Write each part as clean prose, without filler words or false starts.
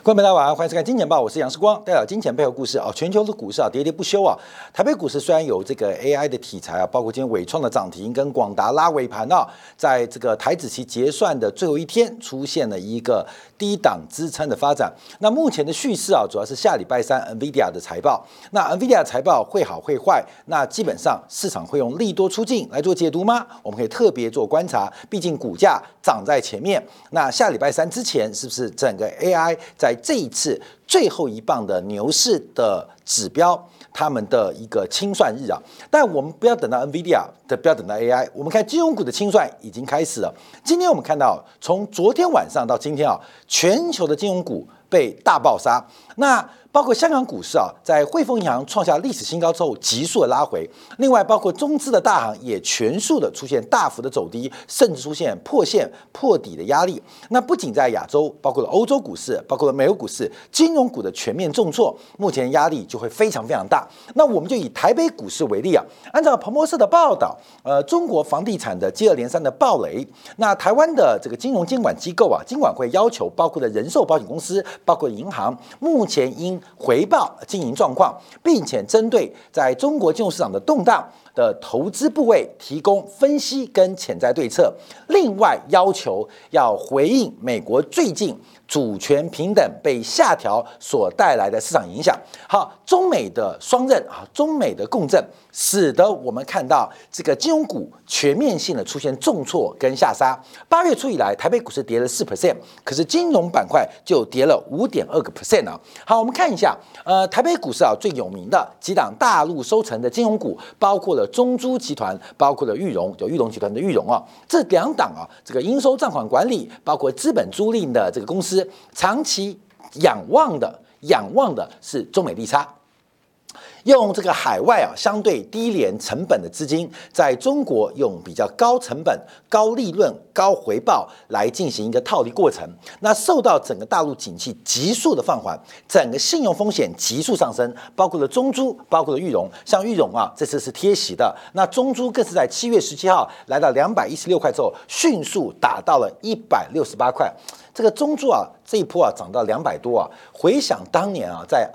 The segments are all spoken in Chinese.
观众朋友大家晚上欢迎收看《金钱报》，我是杨世光，带来金钱背后故事啊。全球的股市啊喋喋不休啊，台北股市虽然有这个 AI 的题材啊，包括今天伟创的涨停跟广达拉尾盘啊，在这个台指期结算的最后一天出现了一个低档支撑的发展。那目前的叙事啊，主要是下礼拜三 NVIDIA 的财报。那 NVIDIA 财报会好会坏，那基本上市场会用利多出尽来做解读吗？我们可以特别做观察，毕竟股价涨在前面。那下礼拜三之前，是不是整个 AI 在这一次最后一棒的牛市的指标，他们的一个清算日啊？但我们不要等到 NVIDIA 的，不要等到 AI， 我们看金融股的清算已经开始了。今天我们看到，从昨天晚上到今天啊，全球的金融股被大爆杀。那包括香港股市啊，在汇丰银行创下历史新高之后急速的拉回，另外包括中资的大行也全数的出现大幅的走低，甚至出现破线破底的压力。那不仅在亚洲，包括了欧洲股市，包括了美国股市，金融股的全面重挫，目前压力就会非常非常大。那我们就以台北股市为例啊，按照彭博社的报道，中国房地产的接二连三的暴雷，那台湾的这个金融监管机构啊，金管会要求包括了人寿保险公司，包括银行，目前应回报经营状况，并且针对在中国金融市场的动荡的投资部位提供分析跟潜在对策。另外要求要回应美国最近主权平等被下调所带来的市场影响。好，中美的双刃啊，中美的共振，使得我们看到这个金融股全面性的出现重挫跟下杀。8月初以来，台北股市跌了4%，可是金融板块就跌了5.2% 啊。好，我们看一下，台北股市啊最有名的几档大陆收成的金融股，包括了中租集团，包括了裕隆，有裕隆集团的裕隆啊，这两档啊，这个应收账款管理，包括资本租赁的这个公司，长期仰望的是中美利差。用这个海外啊相对低廉成本的资金，在中国用比较高成本、高利润、高回报来进行一个套利过程。那受到整个大陆景气急速的放缓，整个信用风险急速上升，包括了中租，包括了裕隆。像裕隆啊，这次是贴息的，那中租更是在7月17号来到216块之后，迅速打到了168块。这个中租啊，这一波啊涨到200多啊。回想当年啊，在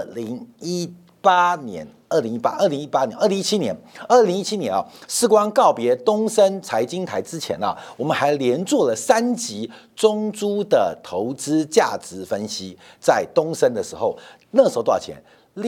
2017年啊，世光告别东森财经台之前啊，我们还连做了3集中租的投资价值分析。在东森的时候，那时候多少钱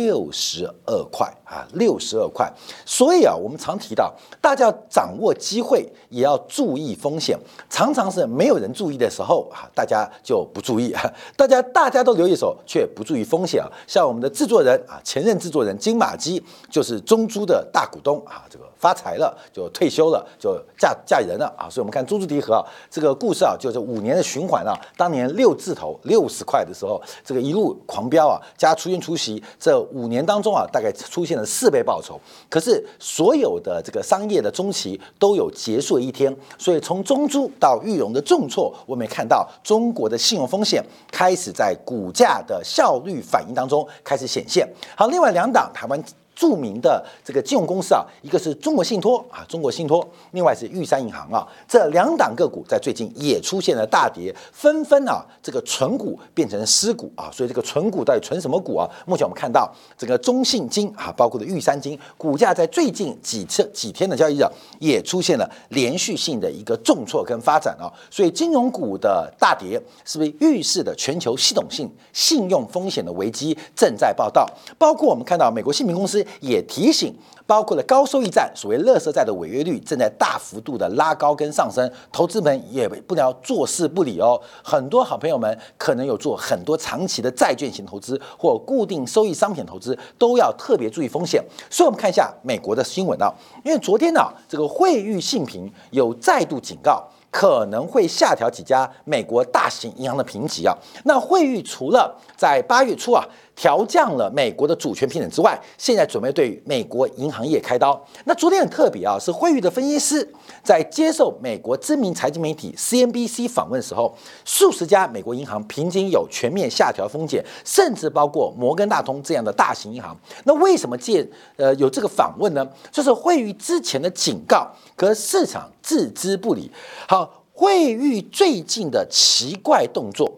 ？62块啊，62块。所以啊，我们常提到，大家要掌握机会，也要注意风险。常常是没有人注意的时候啊，大家就不注意；大家都留意手，却不注意风险啊。像我们的制作人啊，前任制作人金马基就是中租的大股东啊，这个发财了，就退休了，就嫁人了啊。所以我们看中租迪和啊这个故事啊，就是5年的循环啊。当年6字头60块的时候，这个一路狂飙啊，加出现出席这5年当中啊，大概出现了4倍报酬。可是所有的这个商业的中期都有结束的一天，所以从中租到裕隆的重挫，我们也看到中国的信用风险开始在股价的效率反应当中开始显现。好，另外2档台湾著名的这个金融公司啊，一个是中国信托啊，中国信托，另外是玉山银行啊，这2档个股在最近也出现了大跌，纷纷啊这个存股变成尸股啊，所以这个存股到底存什么股啊？目前我们看到这个中信金啊，包括的玉山金，股价在最近几天的交易日也出现了连续性的一个重挫跟发展啊，所以金融股的大跌是不是预示的全球系统性信用风险的危机正在报道？包括我们看到美国信评公司也提醒，包括了高收益债、所谓垃圾债的违约率正在大幅度的拉高跟上升，投资们也不能坐视不理哦。很多好朋友们可能有做很多长期的债券型投资或固定收益商品投资，都要特别注意风险。所以我们看一下美国的新闻啊，因为昨天呢，这个惠誉信评有再度警告，可能会下调几家美国大型银行的评级啊。那惠誉除了在8月初啊调降了美国的主权平等之外，现在准备对美国银行业开刀。那昨天很特别啊，是惠誉的分析师在接受美国知名财经媒体 CNBC 访问的时候，数十家美国银行平均有全面下调风险，甚至包括摩根大通这样的大型银行。那为什么有这个访问呢？就是惠誉之前的警告，可是市场置之不理。好，惠誉最近的奇怪动作。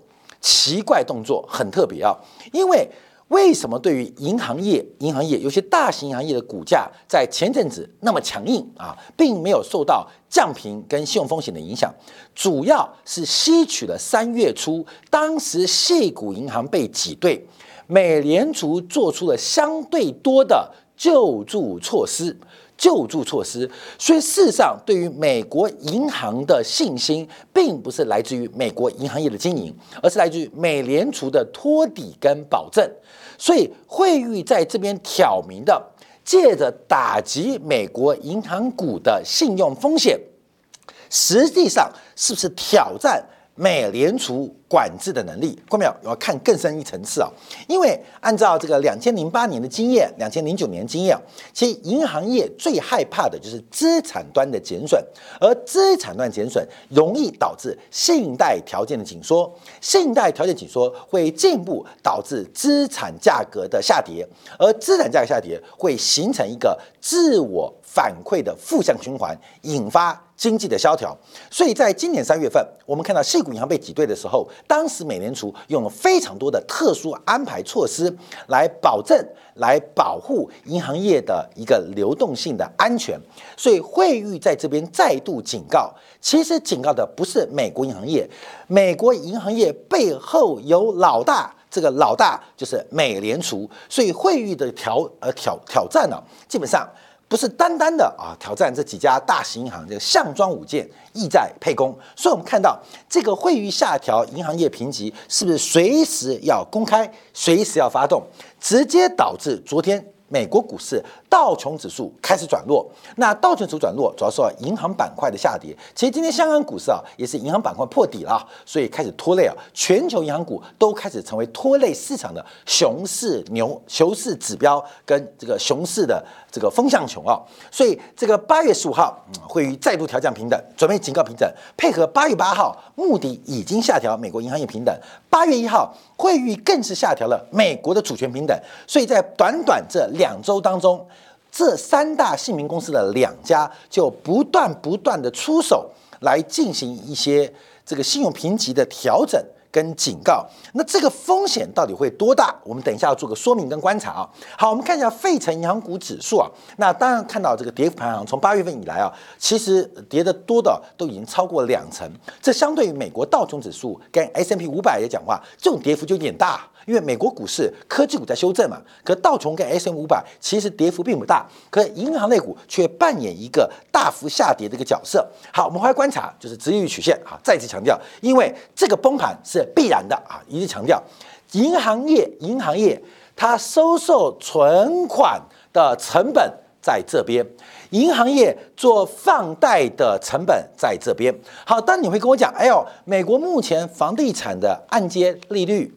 奇怪动作，很特别啊。因为为什么对于银行业有些大型银行业的股价在前阵子那么强硬啊，并没有受到降频跟信用风险的影响，主要是吸取了3月初当时矽谷银行被挤兑，美联储做出了相对多的救助措施，所以事实上，对于美国银行的信心，并不是来自于美国银行业的经营，而是来自于美联储的托底跟保证。所以惠誉在这边挑明的，借着打击美国银行股的信用风险，实际上是不是挑战美联储管制的能力？观众朋友要看更深一层次啊，因为按照这个2008年的经验，2009年的经验，其实银行业最害怕的就是资产端的减损，而资产端减损容易导致信贷条件的紧缩，信贷条件紧缩会进一步导致资产价格的下跌，而资产价格下跌会形成一个自我反馈的负向循环，引发经济的萧条。所以在今年3月份，我们看到矽谷银行被挤兑的时候，当时美联储用了非常多的特殊安排措施来保证、来保护银行业的一个流动性的安全。所以惠誉在这边再度警告，其实警告的不是美国银行业，美国银行业背后有老大。这个老大就是美联储，所以惠誉的挑战呢，基本上不是单单的挑战这几家大型银行，这个项庄舞剑，意在沛公。所以我们看到这个惠誉下调银行业评级，是不是随时要公开，随时要发动，直接导致昨天美国股市道琼指数开始转弱。那道琼指数转弱，主要受到银行板块的下跌。其实今天香港股市也是银行板块破底了，所以开始拖累全球银行股都开始成为拖累市场的熊市指标跟这个熊市的这个风向球所以这个8月15号会再度调降平等，准备警告平等，配合8月8号目的已经下调美国银行业平等，8月1号惠誉更是下调了美国的主权平等。所以在短短这2周当中，这3大信名公司的2家就不断的出手来进行一些这个信用评级的调整跟警告。那这个风险到底会多大？我们等一下要做个说明跟观察好，我们看一下费城银行股指数那当然看到这个跌幅排行，从8月份以来其实跌得多的都已经超过2成。这相对于美国道琼指数跟 S&P 500来讲话，这种跌幅就有点大。因为美国股市科技股在修正嘛，可道琼跟 S&P 500其实跌幅并不大，可银行类股却扮演一个大幅下跌的一个角色。好，我们回来观察，就是殖利率曲线再次强调，因为这个崩盘是必然的一直强调，银行业它收受存款的成本在这边，银行业做放贷的成本在这边。好，当你会跟我讲，美国目前房地产的按揭利率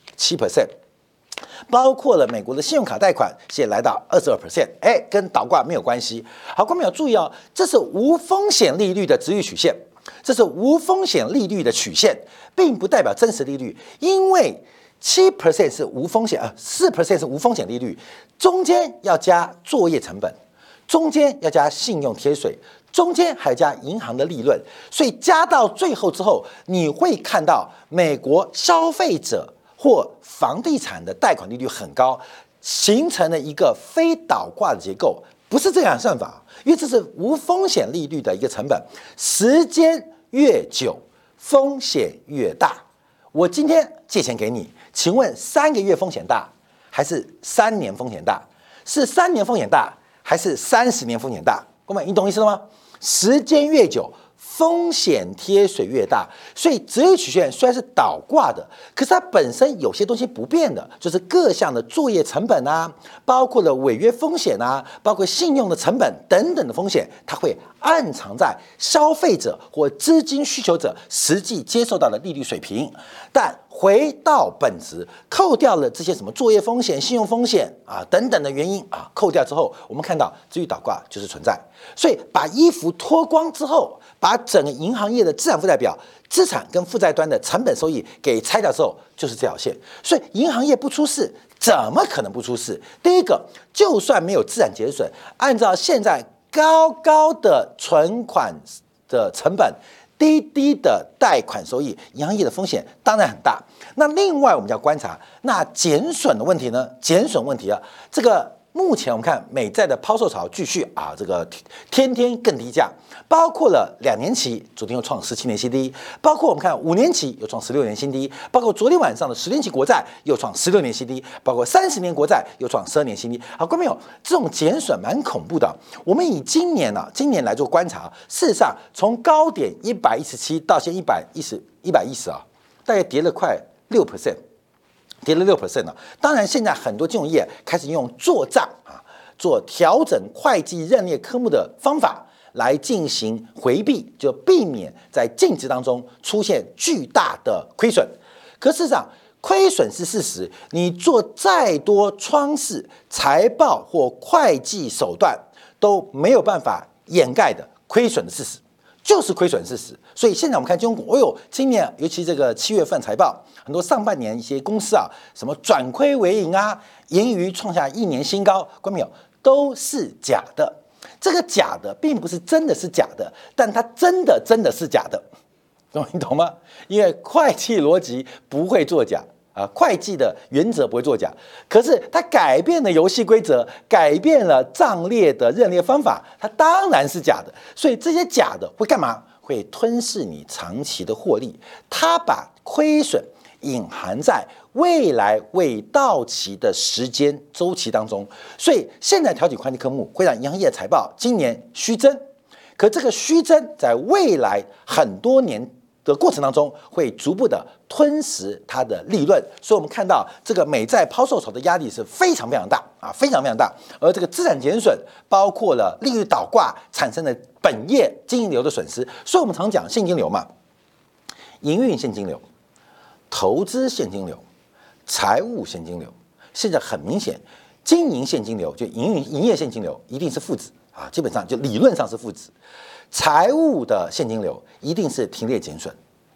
7%，包括了美国的信用卡贷款，现在来到22%，跟倒挂没有关系。好，观众朋友注意这是无风险利率的殖利率曲线，这是无风险利率的曲线，并不代表真实利率，因为7% 是无风险4% 是无风险利率，中间要加作业成本，中间要加信用贴水，中间还要加银行的利润，所以加到最后之后，你会看到美国消费者或房地产的贷款利率很高，形成了一个非倒挂的结构，不是这样的算法，因为这是无风险利率的一个成本，时间越久风险越大。我今天借钱给你，请问3个月风险大还是3年风险大？是3年风险大还是30年风险大？各位，你懂意思了吗？时间越久风险贴水越大，所以殖利率曲线虽然是倒挂的，可是它本身有些东西不变的，就是各项的作业成本包括了违约风险包括信用的成本等等的风险，它会暗藏在消费者或资金需求者实际接受到的利率水平。但回到本质，扣掉了这些什么作业风险、信用风险等等的原因扣掉之后，我们看到殖利率倒挂就是存在。所以把衣服脱光之后，把整个银行业的资产负债表、资产跟负债端的成本收益给拆掉之后，就是这条线。所以银行业不出事，怎么可能不出事？第一个，就算没有资产减损，按照现在高的存款的成本， 低低的贷款收益，银行业的风险当然很大。那另外我们要观察，那减损的问题呢？减损问题啊，这个目前我们看美债的抛售潮继续啊，这个天天更低价，包括了2年期，昨天又创17年新低，包括我们看5年期又创16年新低，包括昨天晚上的10年期国债又创16年新低，包括30年国债又创12年新低。好，各位朋友，这种减损蛮恐怖的。我们以今年来做观察，事实上从高点117到现在110啊，大概跌了快6%。跌了6%了。当然，现在很多金融业开始用做账做调整会计认列科目的方法来进行回避，就避免在净值当中出现巨大的亏损。可事实上，亏损是事实，你做再多窗式财报或会计手段都没有办法掩盖的亏损的事实。就是亏损事实，所以现在我们看金融股，今年尤其这个7月份财报，很多上半年一些公司什么转亏为盈啊，盈余创下1年新高，观众朋友都是假的。这个假的并不是真的是假的，但它真的是假的，你懂吗？因为会计逻辑不会作假。会计的原则不会作假，可是它改变了游戏规则，改变了账列的认列方法，它当然是假的。所以这些假的会干嘛？会吞噬你长期的获利。它把亏损隐含在未来未到期的时间周期当中。所以现在调整会计科目会让银行业财报今年虚增，可这个虚增在未来很多年的过程当中，会逐步的吞噬它的利润，所以我们看到这个美债抛售潮的压力是非常大非常大。而这个资产减损，包括了利率倒挂产生的本业经营流的损失，所以我们常讲现金流嘛，营运现金流、投资现金流、财务现金流。现在很明显，经营现金流就营业现金流一定是负值基本上就理论上是负值。财务的现金流一定是停列减损，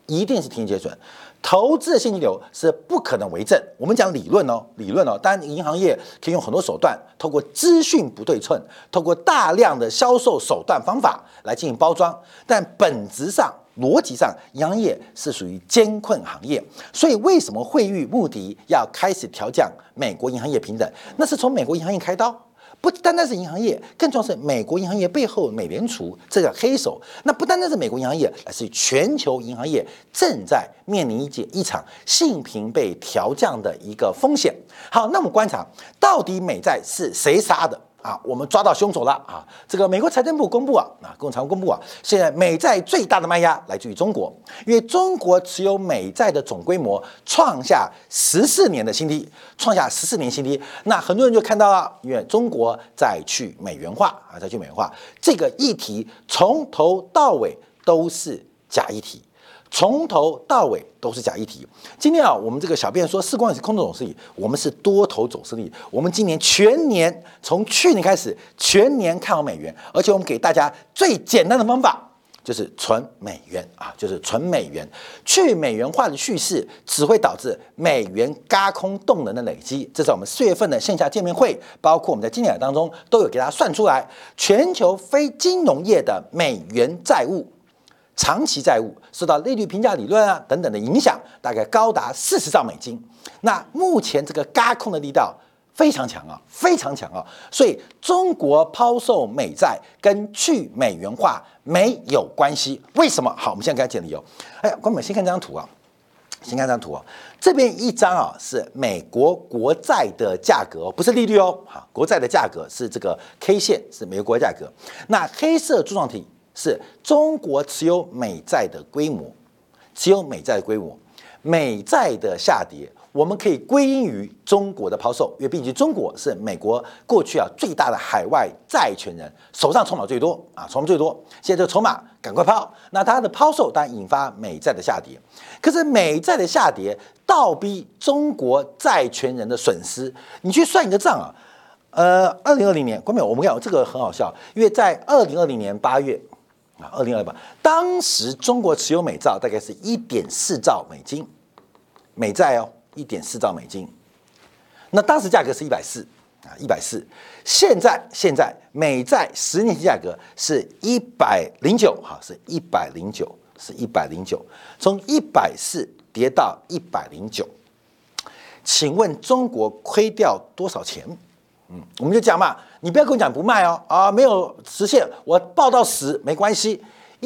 投资的现金流是不可能为正。我们讲理论哦，当然银行业可以用很多手段，透过资讯不对称，透过大量的销售手段方法来进行包装，但本质上、逻辑上，银行业是属于艰困行业。所以为什么惠誉、穆迪要开始调降美国银行业平等？那是从美国银行业开刀。不单单是银行业，更重要是美国银行业背后美联储这个黑手。那不单单是美国银行业，而是全球银行业正在面临一场信评被调降的一个风险。好，那我们观察到底美债是谁杀的？我们抓到凶手了这个美国财政部公布公布现在美债最大的卖压来自于中国，因为中国持有美债的总规模创下14年的新低，那很多人就看到了，因为中国在去美元化这个议题从头到尾都是假议题。今天我们这个小编说世光也是空头走势力，我们是多头走势力。我们今年全年从去年开始全年看好美元，而且我们给大家最简单的方法就是存美元去美元化的趋势只会导致美元轧空动能的累积。这是我们4月份的线下见面会，包括我们在经典当中都有给大家算出来，全球非金融业的美元债务。长期债务受到利率评价理论等等的影响，大概高达40兆美金。那目前这个轧空的力道非常强所以中国抛售美债跟去美元化没有关系。为什么？好，我们现在开始讲理由。观众先看这张图这边一张是美国国债的价格，不是利率国债的价格是这个 K 线，是美国国债价格。那黑色柱状体是中国持有美债的规模，美债的下跌，我们可以归因于中国的抛售，因为毕竟中国是美国过去最大的海外债权人，手上筹码最多，现在这个筹码赶快抛，那它的抛售当然引发美债的下跌，可是美债的下跌倒逼中国债权人的损失，你去算一个账2020年，观众朋友，我们讲这个很好笑，因为在2020年8月。2028，当时中国持有美债大概是1.4兆美金，美债1.4兆美金，那当时价格是140，现在美债10年期价格是109，是109， 是109，从140跌到109，请问中国亏掉多少钱？我们就讲嘛，你不要跟我讲不卖哦，没有实现，我报到10没关系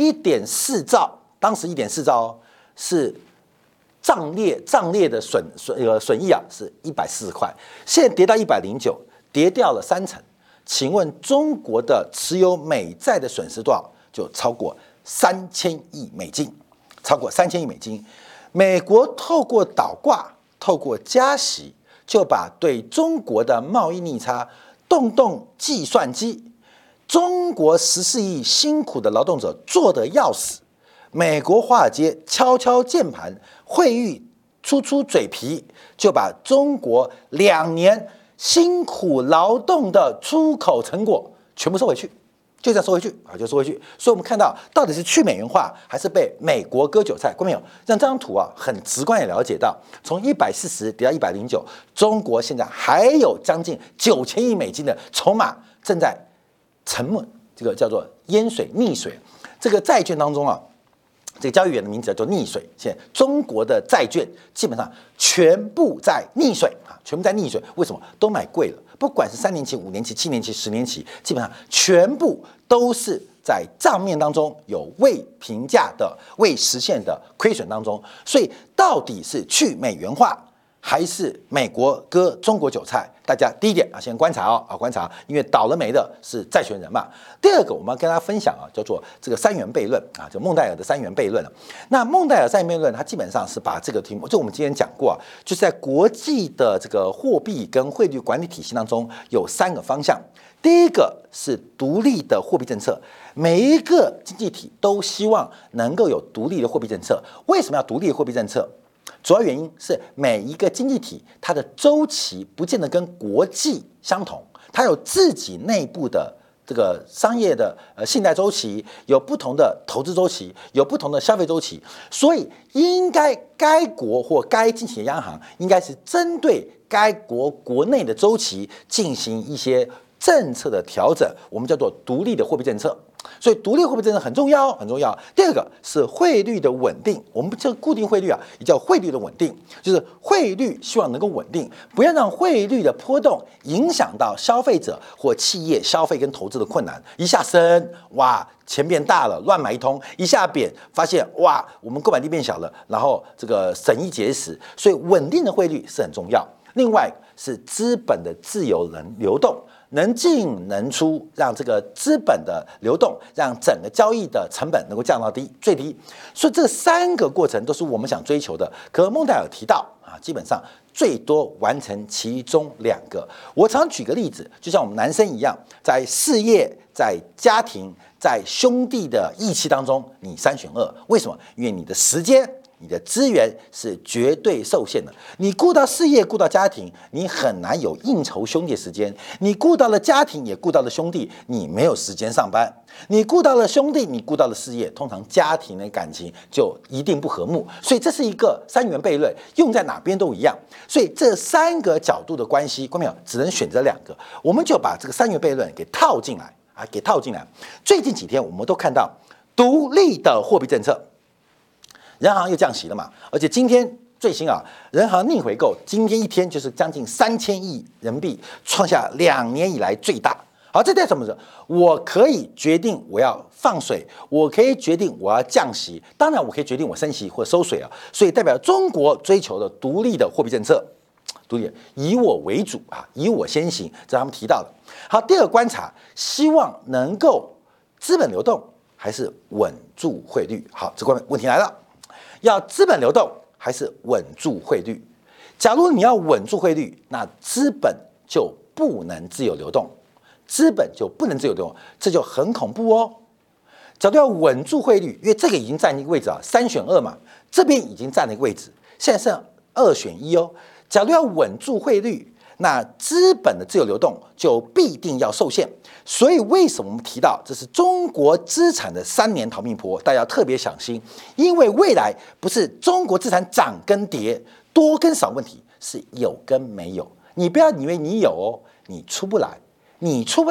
，1.4兆，当时1.4兆哦，是账列的损益啊，是140块，现在跌到109，跌掉了30%。请问中国的持有美债的损失多少？就超过3000亿美金，超过3000亿美金。美国透过倒挂，透过加息，就把对中国的贸易逆差动计算机，中国14亿辛苦的劳动者做得要死，美国华尔街敲键盘，惠誉出嘴皮，就把中国2年辛苦劳动的出口成果全部收回去，就这样收回去啊，就收回去。所以我们看到到底是去美元化还是被美国割韭菜？观众朋友，让这张图啊很直观也了解到，从140跌到109，中国现在还有将近9000亿美金的筹码正在沉没，这个叫做淹水溺水。这个债券当中啊，这个交易员的名字叫做溺水。现在中国的债券基本上全部在溺水啊，全部在溺水。为什么？都买贵了，不管是3年期、5年期、7年期、10年期，基本上全部都是在账面当中有未评价的、未实现的亏损当中。所以到底是去美元化，还是美国割中国韭菜？大家第一点啊，先观察观察，因为倒了霉的是债权人嘛。第二个，我们要跟大家分享叫做这个3元悖论啊，就孟代尔的3元悖论。那孟代尔3元悖论，它基本上是把这个题目，就我们今天讲过就是在国际的这个货币跟汇率管理体系当中有3个方向。第一个是独立的货币政策，每一个经济体都希望能够有独立的货币政策。为什么要独立的货币政策？主要原因是每一个经济体它的周期不见得跟国际相同，它有自己内部的这个商业的信贷周期，有不同的投资周期，有不同的消费周期，所以该国或该经济体的央行应该是针对该国国内的周期进行一些政策的调整，我们叫做独立的货币政策。所以独立货币政策很重要，很重要。第二个是汇率的稳定，我们这个固定汇率也叫汇率的稳定，就是汇率希望能够稳定，不要让汇率的波动影响到消费者或企业消费跟投资的困难。一下升，哇，钱变大了，乱买一通；一下贬，发现哇，我们购买力变小了，然后这个省衣节食。所以稳定的汇率是很重要。另外是资本的自由流动。能进能出，让这个资本的流动，让整个交易的成本能够降到最低。所以这3个过程都是我们想追求的。可孟代尔提到基本上最多完成其中2个。我常举个例子，就像我们男生一样，在事业、在家庭、在兄弟的义气当中，你3选2。为什么？因为你的时间，你的资源是绝对受限的。你顾到事业，顾到家庭，你很难有应酬兄弟时间。你顾到了家庭，也顾到了兄弟，你没有时间上班。你顾到了兄弟，你顾到了事业，通常家庭的感情就一定不和睦。所以这是一个3元悖论，用在哪边都一样。所以这3个角度的关系，观众朋友只能选择2个，我们就把这个3元悖论给套进来给套进来。最近几天我们都看到独立的货币政策。人行又降息了嘛，而且今天最新人行逆回购今天一天就是将近3000亿人民币，创下2年以来最大。好，这代表什么？我可以决定我要放水，我可以决定我要降息，当然我可以决定我升息或收水所以代表中国追求的独立的货币政策，独立以我为主以我先行，这是他们提到的。好，第2个观察，希望能够资本流动还是稳住汇率。好，这个问题来了。要资本流动还是稳住汇率？假如你要稳住汇率，那资本就不能自由流动，资本就不能自由流动，这就很恐怖假如要稳住汇率，因为这个已经占一个位置3选2嘛，这边已经占了一个位置，现在剩2选1假如要稳住汇率，那资本的自由流动就必定要受限。所以为什么我们提到这是中国资产的3年逃命坡？大家要特别小心，因为未来不是中国资产涨跟跌、多跟少问题，是有跟没有。你不要以为你有你出不来，你出不来，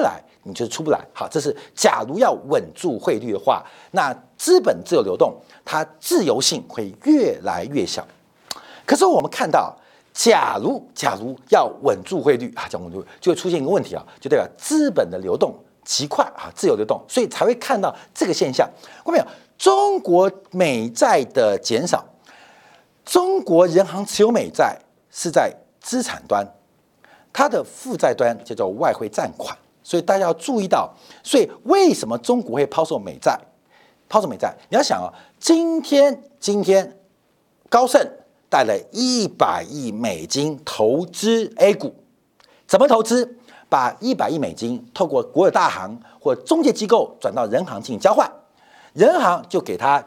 你就出不来。好，这是假如要稳住汇率的话，那资本自由流动，它自由性会越来越小。可是我们看到，假如要稳住汇率啊，讲稳住就会出现一个问题啊，就代表资本的流动极快啊，自由流动，所以才会看到这个现象。看到没有？中国美债的减少，中国人行持有美债是在资产端，它的负债端叫做外汇占款，所以大家要注意到，所以为什么中国会抛售美债？抛售美债，你要想啊，今天高盛带了100亿美金投资 A 股，怎么投资？把100亿美金透过国有大行或中介机构转到人行进行交换，人行就给他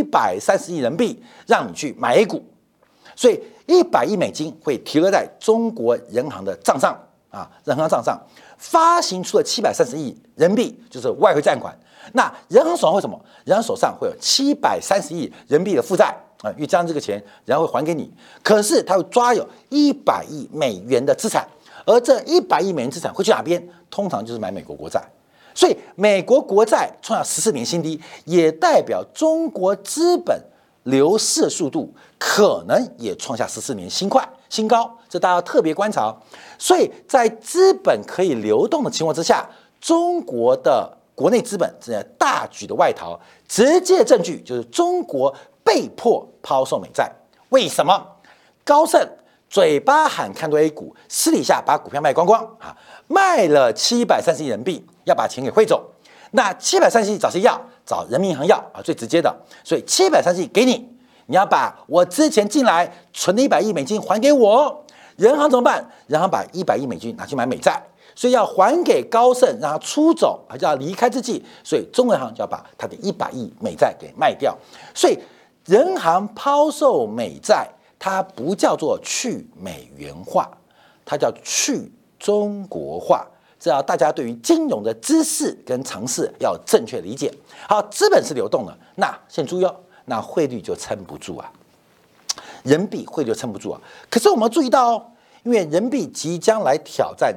730亿人民币，让你去买 A 股，所以100亿美金会提留在中国人行的账上啊，人行账上发行出了730亿人民币，就是外汇占款。那人行手上会什么？人行手上会有730亿人民币的负债啊，因为将这个钱人行会还给你，可是他会抓有100亿美元的资产，而这100亿美元资产会去哪边？通常就是买美国国债。所以美国国债创下14年新低，也代表中国资本流失的速度可能也创下14年新高，这大家要特别观察。所以在资本可以流动的情况之下，中国的国内资本正在大举的外逃，直接证据就是中国被迫抛售美债。为什么？高盛嘴巴喊看多 A 股，私底下把股票卖光光啊，卖了730亿人民币，要把钱给汇走。那730亿找谁要？找人民银行要啊，最直接的。所以730亿给你，你要把我之前进来存的100亿美金还给我。人行怎么办？人行把100亿美金拿去买美债，所以要还给高盛，让他出走，还要离开之际，所以中国银行就要把他的100亿美债给卖掉。所以人行抛售美债，它不叫做去美元化，它叫去中国化。这要大家对于金融的知识跟常识要正确理解。好，资本是流动的，那先注意哦，那汇率就撑不住啊，人民币汇率就撑不住啊。可是我们要注意到哦，因为人民币即将来挑战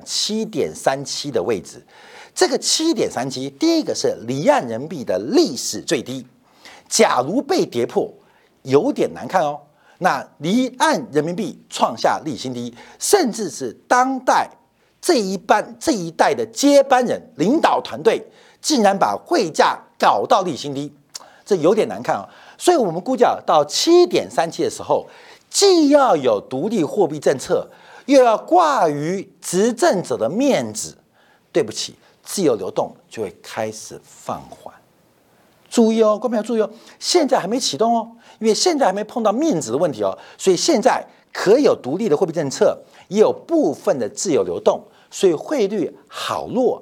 7.37的位置，这个7.37，第一个是离岸人民币的历史最低，假如被跌破，有点难看哦。那离岸人民币创下历史新低，甚至是当代这一代的接班人领导团队，竟然把汇价搞到历史新低，这有点难看啊。所以我们估计到7.37的时候，既要有独立货币政策，又要挂于执政者的面子，对不起，自由流动就会开始放缓。注意哦，观众朋友注意哦，现在还没启动哦，因为现在还没碰到面子的问题哦，所以现在可以有独立的货币政策，也有部分的自由流动，所以汇率好弱。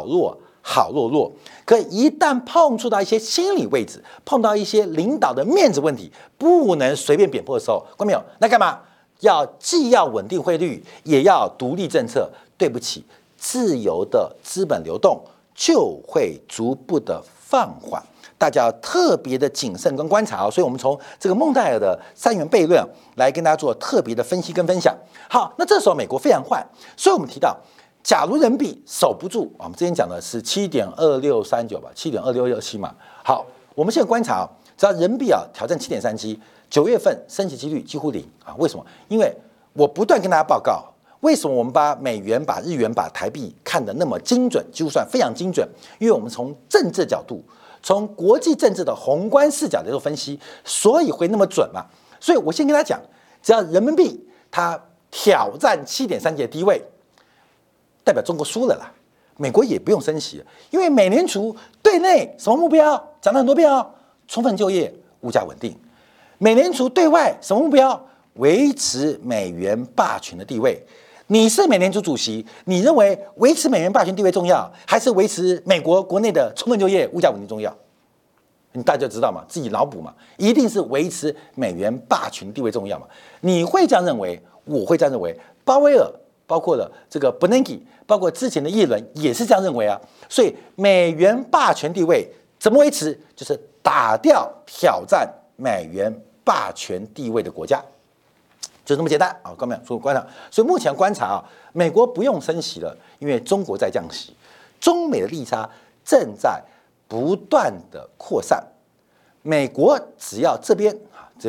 可一旦碰触到一些心理位置，碰到一些领导的面子问题，不能随便贬破的时候，观众朋友，那干嘛？既要稳定汇率，也要独立政策。对不起，自由的资本流动就会逐步的放缓。大家要特别的谨慎跟观察哦，所以我们从这个孟戴尔的3元悖论来跟大家做特别的分析跟分享。好，那这时候美国非常坏，所以我们提到，假如人民币守不住，我们之前讲的是7.2639吧，7.2667嘛。好，我们现在观察只要人民币挑战7.37，9月份升息几率几乎0啊。为什么？因为我不断跟大家报告，为什么我们把美元、把日元、把台币看得那么精准，几乎算非常精准？因为我们从政治角度，从国际政治的宏观视角来做分析，所以会那么准嘛。所以我先跟大家讲，只要人民币它挑战7.37的低位，代表中国输了啦。美国也不用升息了，因为美联储对内什么目标？讲了很多遍哦，充分就业、物价稳定。美联储对外什么目标？维持美元霸权的地位。你是美联储主席，你认为维持美元霸权地位重要，还是维持美国国内的充分就业、物价稳定重要？大家就知道嘛，自己脑补嘛，一定是维持美元霸权地位重要嘛。你会这样认为，我会这样认为，鲍威尔包括了这个 Bernanke， 包括之前的耶伦也是这样认为啊。所以美元霸权地位怎么维持？就是打掉挑战美元霸权地位的国家。就这么简单啊，观众朋友，观察。所以目前观察美国不用升息了，因为中国在降息。 中美的利差正在不断的扩散。美国只要这边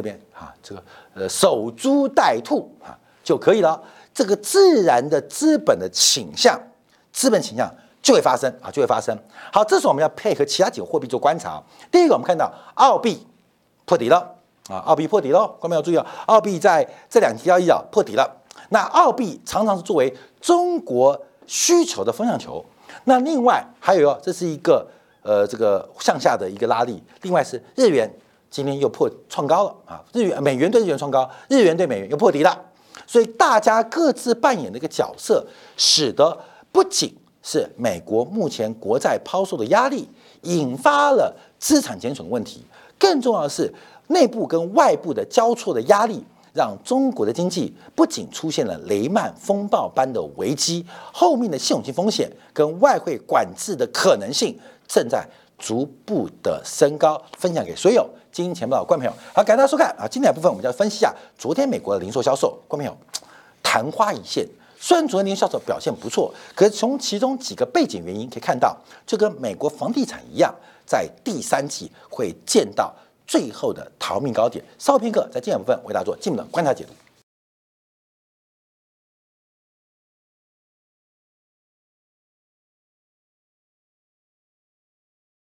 守株待兔就可以了，这个自然的资本倾向就会发生。好，这时候我们要配合其他几个货币做观察。第一个，我们看到澳币破底了澳币破底了，观众要注意澳币在这2期交易破底了。那澳币常常是作为中国需求的风向球。那另外还有这是一个这个向下的一个拉力。另外是日元今天又创高了美元对日元创高，日元对美元又破底了。所以大家各自扮演的一个角色，使得不仅是美国目前国债抛售的压力，引发了资产减损的问题，更重要的是内部跟外部的交错的压力，让中国的经济不仅出现了雷曼风暴般的危机，后面的系统性风险跟外汇管制的可能性正在逐步的升高。分享给所有金钱豹的观众朋友。好，感谢大家收看今天的部分我们就要分析昨天美国的零售销售，观众朋友昙花一现。虽然昨天零售销售表现不错，可是从其中几个背景原因可以看到，就跟美国房地产一样，在第3季会见到最后的逃命高点。稍后片刻在精彩部分为大家做进一步的观察解读。